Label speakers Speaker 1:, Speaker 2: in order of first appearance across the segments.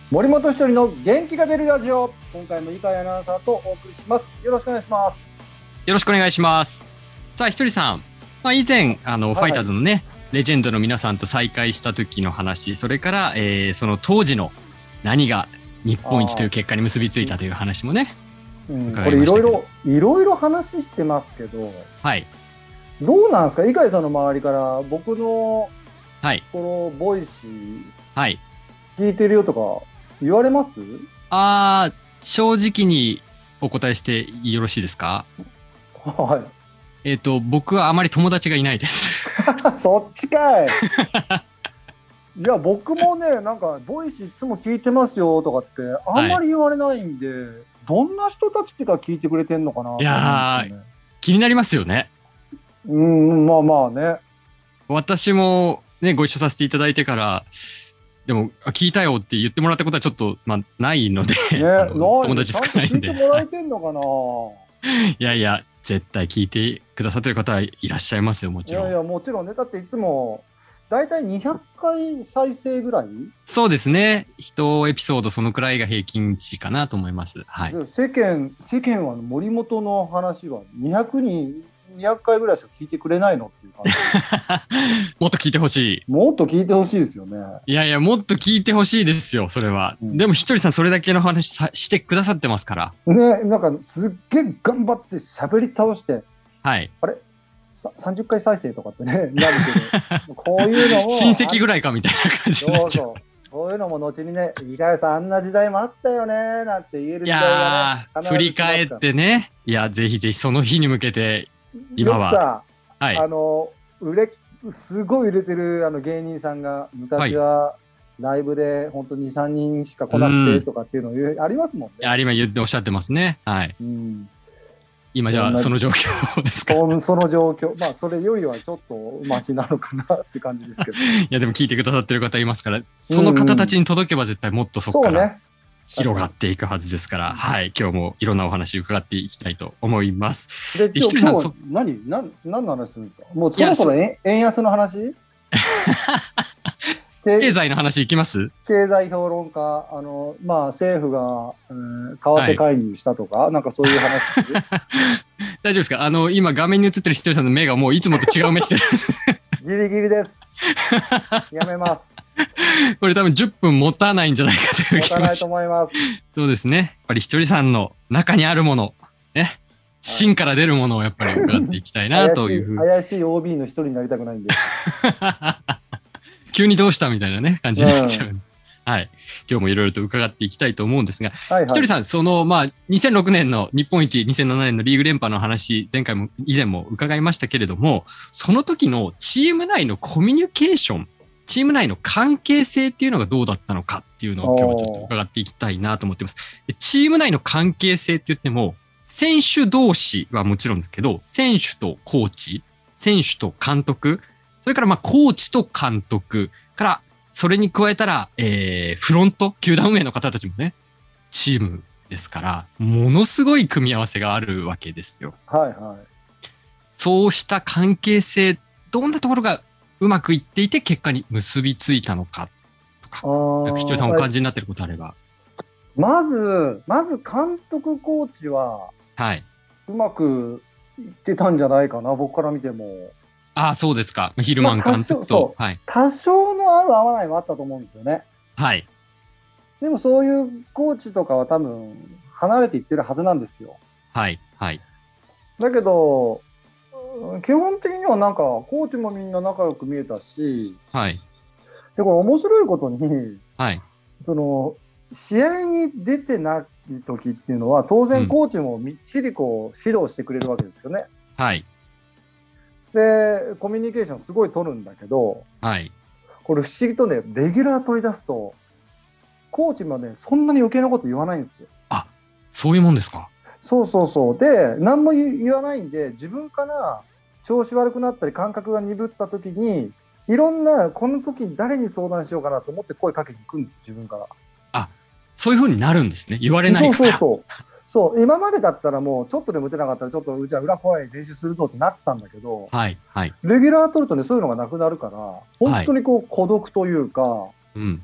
Speaker 1: 森本一人の元気が出るラジオ。今回も井上アナウンサーとお送りします。よろしくお願いします。
Speaker 2: よろしくお願いします。さあ、ひとりさん、以前ファイターズのね、レジェンドの皆さんと再会した時の話、それから、その当時の何が日本一という結果に結びついたという話もね、
Speaker 1: これいろいろ話してますけど、
Speaker 2: はい、
Speaker 1: どうなんですか、井上さんの周りから僕の、
Speaker 2: はい、
Speaker 1: このボイシー、
Speaker 2: はい、
Speaker 1: 聞いてるよとか言われます？
Speaker 2: 正直にお答えしてよろしいですか？
Speaker 1: はい。
Speaker 2: 僕はあまり友達がいないです。
Speaker 1: そっちかい。いや、僕もね、なんかボイシーいつも聞いてますよとかってあんまり言われないんで、どんな人たちが聞いてくれてんのかなと思うんですよね。
Speaker 2: いやー、気になりますよね。
Speaker 1: まあまあね。
Speaker 2: 私もね、ご一緒させていただいてから、でも聞いたよって言ってもらったことはちょっと、ないので、友達少ないんで。
Speaker 1: 聞いてもらえてんのかな。
Speaker 2: いやいや、絶対聞いてくださってる方はいらっしゃいますよ、もちろん。
Speaker 1: いやいや、もちろんね。だっていつもだいたい200回再生ぐらい。
Speaker 2: そうですね。一エピソードそのくらいが平均値かなと思います。はい。
Speaker 1: 世間は森本の話は200回ぐらいしか聞いてくれないのっていう感じ。
Speaker 2: もっと聞いてほしい。
Speaker 1: もっと聞いてほしいですよね。
Speaker 2: いやいや、もっと聞いてほしいですよ、それは。でもひとりさんそれだけの話してくださってますから。
Speaker 1: ね、なんかすっげえ頑張って喋り倒して、
Speaker 2: はい。
Speaker 1: あれ30回再生とかってね、なるけど、こういうのも
Speaker 2: 親戚ぐらいかみたいな感じになっちゃう。
Speaker 1: こういうのも後にね、井上さんあんな時代もあったよねなんて言える時代がね、
Speaker 2: 振り返ってね、いや、ぜひぜひその日に向けて、今は。
Speaker 1: よくさ、
Speaker 2: はい、
Speaker 1: すごい売れてる芸人さんが昔はライブで本当に2、3人しか来なくてとかっていうのありますもんね。
Speaker 2: 今言っておっしゃってますね。はい。今じゃあその状況ですか？
Speaker 1: その状況。それよりはちょっとマシなのかなって感じですけど。
Speaker 2: いや、でも聞いてくださってる方いますから、その方たちに届けば絶対もっとそこから広がっていくはずですから、はい、今日もいろんなお話伺っていきたいと思います。
Speaker 1: で、今日何の話するんですか？もうそろそろ円安の話？
Speaker 2: 経済の話いきます？
Speaker 1: 経済評論家、政府が、為替介入したとか、なんかそういう話。
Speaker 2: 大丈夫ですか？今画面に映ってるひとりさんの目がもういつもと違う目してる。
Speaker 1: ギリギリです。やめます。
Speaker 2: これ多分10分持たないんじゃないかという気が
Speaker 1: 持たないと思います。
Speaker 2: そうですね。やっぱりひとりさんの中にあるもの、ね。芯から出るものをやっぱり伺っていきたいなというふうに。
Speaker 1: 怪しい OB の一人になりたくないんで。
Speaker 2: 急にどうしたみたいなね、感じになっちゃう。はい。今日もいろいろと伺っていきたいと思うんですが、ひとりさん、2006年の日本一、2007年のリーグ連覇の話、以前も伺いましたけれども、その時のチーム内のコミュニケーション、チーム内の関係性っていうのがどうだったのかっていうのを今日はちょっと伺っていきたいなと思っています。チーム内の関係性って言っても、選手同士はもちろんですけど、選手とコーチ、選手と監督、それからコーチと監督から、それに加えたら、フロント、球団運営の方たちもね、チームですから、ものすごい組み合わせがあるわけですよ。
Speaker 1: はいはい。
Speaker 2: そうした関係性、どんなところがうまくいっていて結果に結びついたのかとか、ひとりさんお感じになっていることあれば。
Speaker 1: まず監督コーチは、
Speaker 2: はい。
Speaker 1: うまくいってたんじゃないかな、僕から見ても。
Speaker 2: そうですか。ヒルマン監督と。
Speaker 1: 多少の合う合わないもあったと思うんですよね。
Speaker 2: はい。
Speaker 1: でもそういうコーチとかは多分離れていってるはずなんですよ。
Speaker 2: はい。はい。だ
Speaker 1: けど、基本的にはなんかコーチもみんな仲良く見えたし、
Speaker 2: はい。で、
Speaker 1: これ面白いことに、
Speaker 2: はい。
Speaker 1: 試合に出てない時っていうのは当然コーチもみっちり指導してくれるわけですよね。
Speaker 2: はい。
Speaker 1: で、コミュニケーションすごい取るんだけど、
Speaker 2: はい。
Speaker 1: これ不思議とね、レギュラー取り出すと、コーチもね、そんなに余計なこと言わないんですよ。
Speaker 2: そういうもんですか。
Speaker 1: そうそうそう。で、何も言わないんで、自分から調子悪くなったり、感覚が鈍った時に、いろんな、この時に誰に相談しようかなと思って声かけに行くんですよ、自分から。
Speaker 2: そういう風になるんですね。言われないから。
Speaker 1: そう、今までだったらもうちょっとでも打てなかったらちょっとじゃあ裏怖い練習するぞってなってたんだけど、
Speaker 2: はいはい。
Speaker 1: レギュラー取るとねそういうのがなくなるから本当に孤独というか、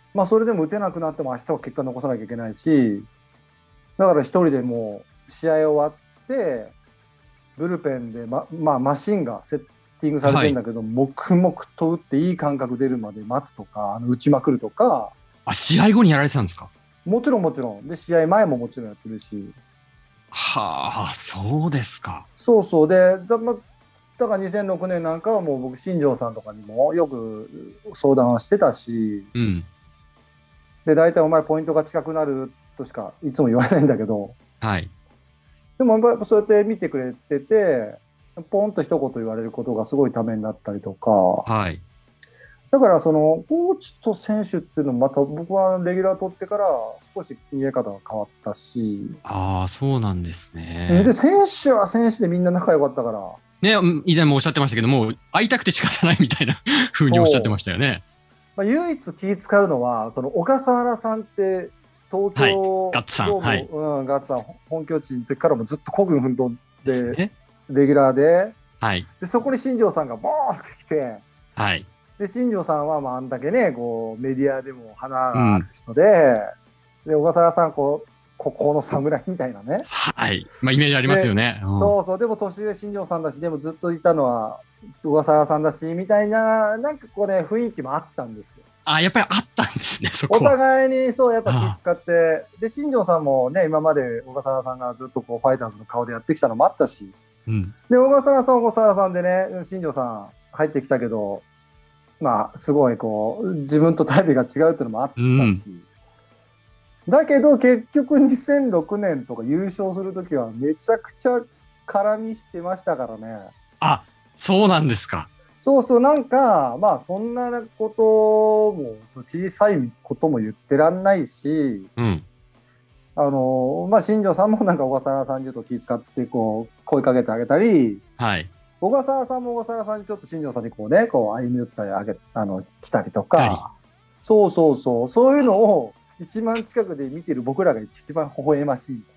Speaker 1: まあそれでも打てなくなっても明日は結果残さなきゃいけないし、だから一人でもう試合終わってブルペンでマシンがセッティングされてるんだけど、黙々と打っていい感覚出るまで待つとか、打ちまくるとか。
Speaker 2: あ、試合後にやられてたんですか？
Speaker 1: もちろんで、試合前ももちろんやってるし。
Speaker 2: はあ、そうですか。
Speaker 1: そうそう。でだから2006年なんかはもう僕新庄さんとかにもよく相談はしてたし、
Speaker 2: うん、
Speaker 1: で大体お前ポイントが近くなるとしかいつも言われないんだけど、
Speaker 2: はい、
Speaker 1: でもやっぱそうやって見てくれてて、ポンと一言言われることがすごいためになったりとか、
Speaker 2: はい、
Speaker 1: だからそのコーチと選手っていうのもまた僕はレギュラー取ってから少し見え方が変わったし。
Speaker 2: ああ、そうなんですね。
Speaker 1: で選手は選手でみんな仲良かったから。
Speaker 2: ね、以前もおっしゃってましたけども、会いたくて仕方ないみたいな風におっしゃってましたよね。
Speaker 1: まあ、唯一気使うのは、その小笠原さんって東京
Speaker 2: ガッツさん、はい、
Speaker 1: ガッツさん本拠地の時からもずっと孤軍奮闘でレギュラーで、
Speaker 2: はい、
Speaker 1: でそこに新庄さんがボーンってきて、
Speaker 2: はい、
Speaker 1: で新庄さんはまああんだけねこうメディアでも花がある人で、で小笠原さんここの侍みたいなね、
Speaker 2: はい、まあイメージありますよね。
Speaker 1: そうそう、でも年上新庄さんだし、でもずっといたのは小笠原さんだしみたいな、なんかこうね雰囲気もあったんですよ。
Speaker 2: あ、やっぱりあったんですね、そこは。
Speaker 1: お互いにそうやっぱ気使って、で新庄さんもね今まで小笠原さんがずっとこうファイターズの顔でやってきたのもあったし、
Speaker 2: うん、
Speaker 1: で小笠原さんは小笠原さんでね、新庄さん入ってきたけど、まあすごいこう自分とタイプが違うっていうのもあったし、だけど結局2006年とか優勝するときはめちゃくちゃ絡みしてましたからね。
Speaker 2: あ、そうなんですか。
Speaker 1: そうそう、なんかまあそんなことも小さいことも言ってらんないし、
Speaker 2: うん、
Speaker 1: まあ新庄さんもなんか小笠原さんにちょっと気遣ってこう声かけてあげたり、
Speaker 2: はい、
Speaker 1: 小笠原さんも小笠原さんにちょっと新庄さんにこうねこう歩み寄ったり来たりとか、そうそうそう、そういうのを一番近くで見てる僕らが一番微笑ましい。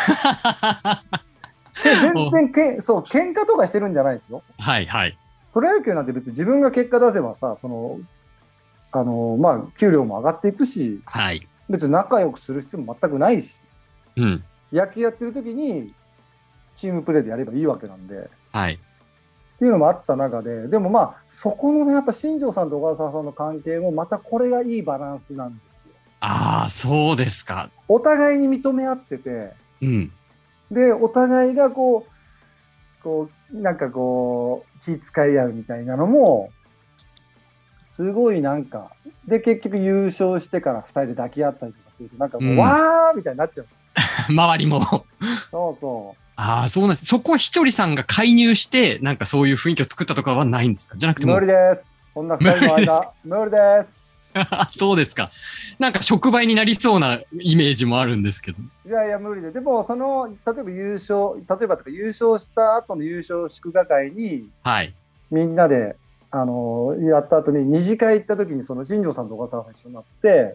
Speaker 1: 全然そう喧嘩とかしてるんじゃないですよ。
Speaker 2: はいはい。
Speaker 1: プロ野球なんて別に自分が結果出せばさ、まあ給料も上がっていくし、
Speaker 2: はい、
Speaker 1: 別に仲良くする必要も全くないし、
Speaker 2: うん、
Speaker 1: 野球やってる時にチームプレーでやればいいわけなんで、
Speaker 2: はい、
Speaker 1: っていうのもあった中で、でもまあそこのねやっぱ新庄さんと小笠原さんの関係もまたこれがいいバランスなんですよ。
Speaker 2: ああ、そうですか。
Speaker 1: お互いに認め合ってて、
Speaker 2: うん、
Speaker 1: でお互いがこうなんかこう気遣い合うみたいなのもすごいなんかで、結局優勝してから2人で抱き合ったりとかするとなんかもう、わーみたいになっちゃう
Speaker 2: 周りも
Speaker 1: そうそう、
Speaker 2: ああ、そうなんです。そこはひとりさんが介入してなんかそういう雰囲気を作ったとかはないんですか？じゃなくても
Speaker 1: 無理です、そんな2人の間無理です
Speaker 2: そうですか。なんか触媒になりそうなイメージもあるんですけど。
Speaker 1: いやいや無理で、でもその例えば優勝した後の優勝祝賀会に、
Speaker 2: はい、
Speaker 1: みんなでやった後に二次会行った時にその新庄さんと小笠原さん一緒になって、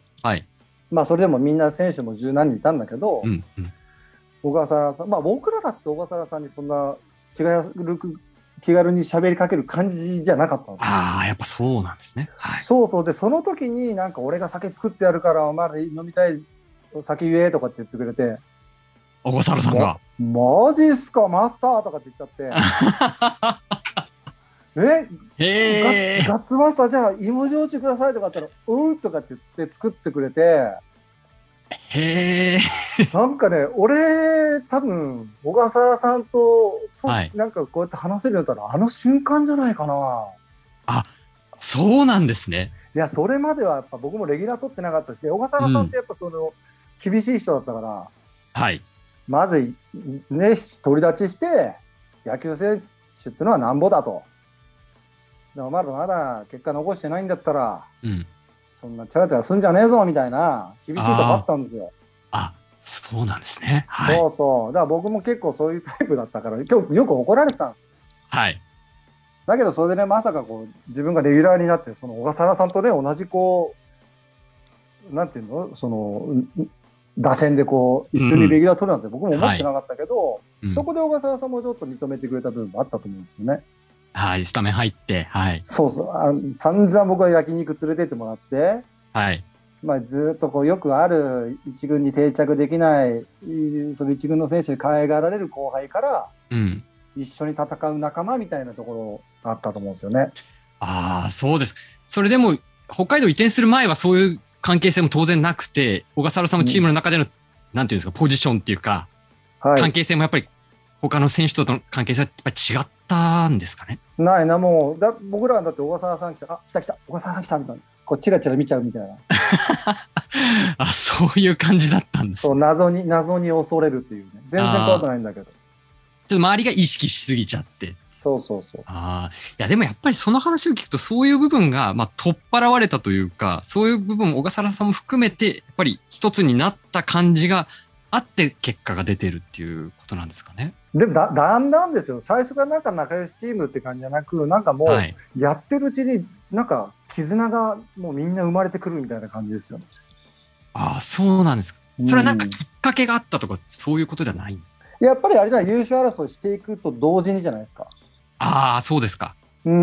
Speaker 1: はい、まあそれでもみんな選手も十何人いたんだけど、うんうん、小笠原さん、まあ僕らだって小笠原さんにそんな気軽に喋りかける感じじゃなかったんですよ。
Speaker 2: ああ、やっぱそうなんですね。
Speaker 1: はい、そうそう、でその時になんか俺が酒作ってやるからお前ら飲みたい酒言えとかって言ってくれて、
Speaker 2: 小笠原さんが
Speaker 1: マジっすかマスターとかって言っちゃってガッツマスターじゃあ芋焼酎くださいとかって言ったらとかって言って作ってくれて、なんかね俺多分小笠原さんと、はい、なんかこうやって話せるようになったらあの瞬間じゃないかな。
Speaker 2: あ、そうなんですね。
Speaker 1: いやそれまではやっぱ僕もレギュラー取ってなかったし、小笠原さんってやっぱ厳しい人だったから、はい、まずね独り立ちして野球選手ってのはなんぼだと。でもまだ結果残してないんだったら、うん、そんなチャラチャラすんじゃねえぞみたいな厳しいとこあったんですよ。
Speaker 2: あ、そうなんですね。はい、
Speaker 1: そうそう。だから僕も結構そういうタイプだったから今日よく怒られてたんですよ。はい。だけどそれでねまさかこう自分がレギュラーになってその小笠原さんとね同じこうなんていうの打線でこう一緒にレギュラー取るなんて僕も思ってなかったけど、はい、そこで小笠原さんもちょっと認めてくれた部分もあったと思うんですよね。
Speaker 2: はい、スタメン入って、はい、
Speaker 1: そうそう、散々僕は焼肉連れてってもらって、はい、 まあ、ずっとこうよくある一軍に定着できないその一軍の選手に可愛がられる後輩から、
Speaker 2: うん、
Speaker 1: 一緒に戦う仲間みたいなところがあったと思うんですよね。
Speaker 2: ああ、そうです。それでも北海道移転する前はそういう関係性も当然なくて、小笠原さんのチームの中での、なんていうんですか、ポジションっていうか、はい、関係性もやっぱり他の選手との関係性はやっぱり違ったんですかね。
Speaker 1: ないな、もう僕らはだって小笠原さん来た、来た小笠原さん来たみたいな、こうチラチラ見ちゃうみたいな
Speaker 2: あ、そういう感じだったんです、ね、
Speaker 1: そう、謎に恐れるっていうね。全然怖くないんだけど、ちょっ
Speaker 2: と周りが意識しすぎちゃって。
Speaker 1: そうそうそう。
Speaker 2: いやでもやっぱりその話を聞くとそういう部分がまあ取っ払われたというか、そういう部分小笠原さんも含めてやっぱり一つになった感じがあって結果が出てるっていうことなんですかね。
Speaker 1: でもだんだんですよ。最初からなんか仲良しチームって感じじゃなく、なんかもうやってるうちになんか絆がもうみんな生まれてくるみたいな感じですよ。
Speaker 2: ああ、そうなんですか。それはなんかきっかけがあったとかそういうことじゃないんですか。
Speaker 1: やっぱりあれじゃない、優勝争いしていくと同時にじゃないですか。
Speaker 2: ああ、そうですか。
Speaker 1: うん。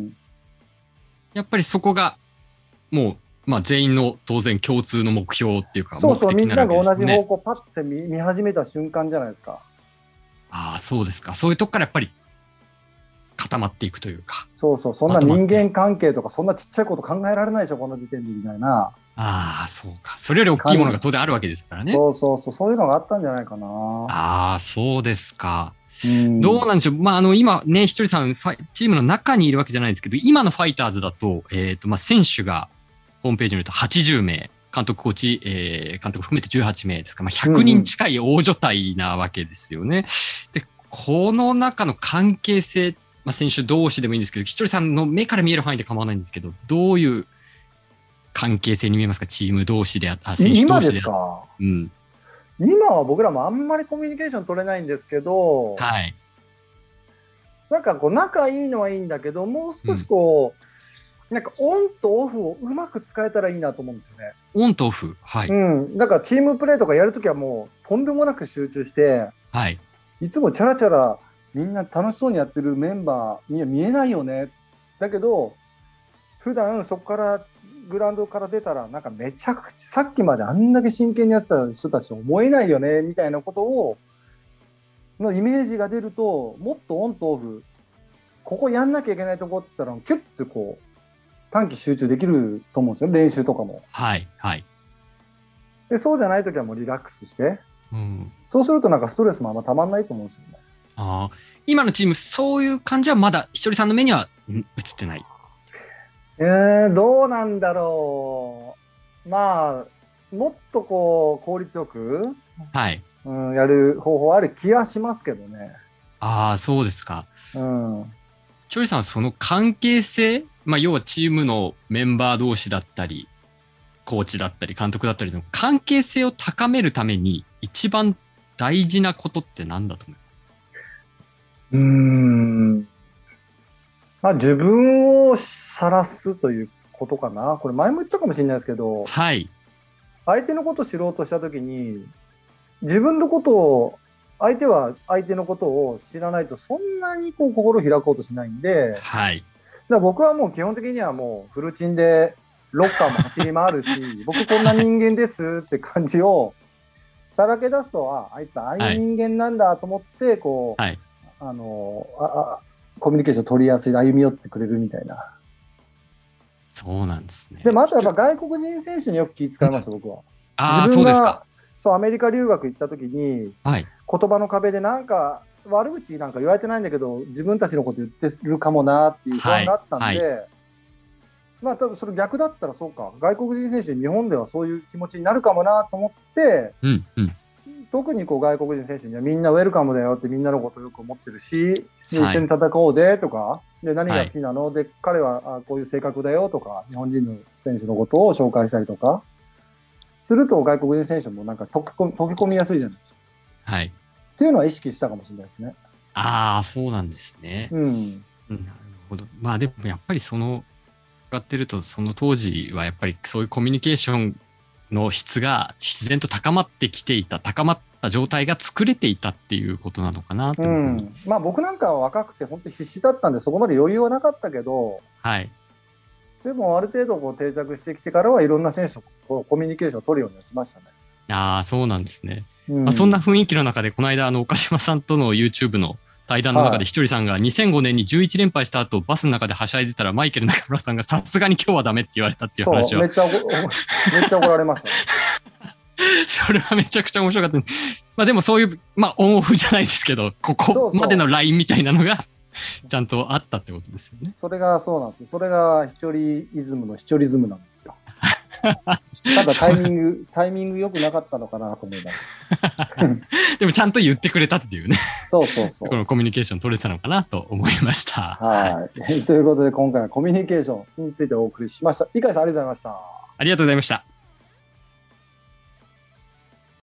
Speaker 2: やっぱりそこがもう、まあ、全員の当然共通の目標っていうか、
Speaker 1: そうそう、みんなが同じ方向パッて見始めた瞬間じゃないですか。
Speaker 2: ああ、そうですか。そういうとこからやっぱり固まっていくというか。
Speaker 1: そうそう、そんな人間関係とかそんなちっちゃいこと考えられないでしょ、この時点でみたいな。
Speaker 2: ああ、そうか。それより大きいものが当然あるわけですからね。
Speaker 1: そうそうそう、そういうのがあったんじゃないかな。
Speaker 2: ああ、そうですか。どうなんでしょう。まあ、今ね、ひとりさん、チームの中にいるわけじゃないですけど、今のファイターズだと、まあ、選手がホームページによると80名、監督、コーチ、監督含めて18名ですか、まあ、100人近い大所帯なわけですよね。で、この中の関係性、まあ、選手同士でもいいんですけど、ひとりさんの目から見える範囲で構わないんですけど、どういう関係性に見えますか、チーム同士で選手同士で。今ですか。うん。
Speaker 1: 今は僕らもあんまりコミュニケーション取れないんですけど、
Speaker 2: はい、
Speaker 1: なんかこう仲いいのはいいんだけど、もう少しこう、なんかオンとオフをうまく使えたらいいなと思うんですよね。
Speaker 2: オンとオフ、はい。
Speaker 1: うん、だからチームプレーとかやるときはもうとんでもなく集中して、
Speaker 2: はい、
Speaker 1: いつもチャラチャラみんな楽しそうにやってるメンバーには見えないよね。だけど普段そこからグラウンドから出たらなんかめちゃくちゃさっきまであんだけ真剣にやってた人たちと思えないよねみたいなことをのイメージが出ると、もっとオンとオフここやんなきゃいけないとこって言ったらキュッとこう短期集中できると思うんですよ、練習とかも。
Speaker 2: はいはい。
Speaker 1: でそうじゃないときはもうリラックスして、そうするとなんかストレスもあんまたまんないと思うんですよね。
Speaker 2: 今のチームそういう感じはまだひとりさんの目には映ってない。
Speaker 1: どうなんだろう。まあもっとこう効率よく、
Speaker 2: はい、
Speaker 1: やる方法ある気はしますけどね。
Speaker 2: ああ、そうですか。
Speaker 1: ひと
Speaker 2: りさんはその関係性、まあ、要はチームのメンバー同士だったりコーチだったり監督だったりの関係性を高めるために一番大事なことって何だと思いますか？
Speaker 1: まあ、自分を晒すということかな。これ前も言ったかもしれないですけど、
Speaker 2: はい、
Speaker 1: 相手のことを知ろうとしたときに自分のことを相手は相手のことを知らないとそんなにこう心を開こうとしないんで、
Speaker 2: はい、
Speaker 1: だから僕はもう基本的にはもうフルチンでロッカーも走り回るし僕こんな人間ですって感じをさらけ出すと、あいつああいう人間なんだと思ってこう、はい、コミュニケーション取りやすい、歩み寄ってくれるみたいな。
Speaker 2: そうなんですね。
Speaker 1: でもあとやっぱ外国人選手によく気遣いました、僕は。
Speaker 2: そうですか。
Speaker 1: そう、アメリカ留学行った時に、
Speaker 2: はい、
Speaker 1: 言葉の壁でなんか悪口なんか言われてないんだけど自分たちのこと言ってるかもなっていう不安があったんで、まあ多分それ逆だったらそうか、外国人選手で日本ではそういう気持ちになるかもなと思って、特にこう外国人選手にはみんなウェルカムだよってみんなのことをよく思ってるし、一緒に戦おうぜとか、で何が好きなの、で彼はこういう性格だよとか、日本人の選手のことを紹介したりとかすると外国人選手もなんか溶け込みやすいじゃないですか。
Speaker 2: はい。
Speaker 1: っていうのは意識したかもしれないですね。
Speaker 2: そうなんですね。なるほど。まあでもやっぱりやってるとその当時はやっぱりそういうコミュニケーションの質が自然と高まってきていた、高まった状態が作れていたっていうことなのかなと、ま
Speaker 1: あ僕なんかは若くて本当に必死だったんでそこまで余裕はなかったけど、
Speaker 2: はい。
Speaker 1: でもある程度こう定着してきてからはいろんな選手とコミュニケーションを取るようにしましたね。
Speaker 2: ああ、そうなんですね。そんな雰囲気の中で、この間、岡島さんとの YouTube の対談の中で、ひとりさんが2005年に11連敗した後、バスの中ではしゃいでたら、マイケル中村さんがさすがに今日はダメって言われたっていう話を。
Speaker 1: めっちゃ怒られました。
Speaker 2: それはめちゃくちゃ面白かった。まあでもそういう、まあオンオフじゃないですけど、ここまでのラインみたいなのがちゃんとあったってことですよね。
Speaker 1: それがそうなんですよ。それがヒチョリイズムのヒチョリズムなんですよ。ただタイミング良くなかったのかなと思います。
Speaker 2: でもちゃんと言ってくれたっていうね。
Speaker 1: そう。
Speaker 2: このコミュニケーション取れてたのかなと思いました。
Speaker 1: はい。ということで今回はコミュニケーションについてお送りしました。理解さんありがとうございました。
Speaker 2: ありがとうございました。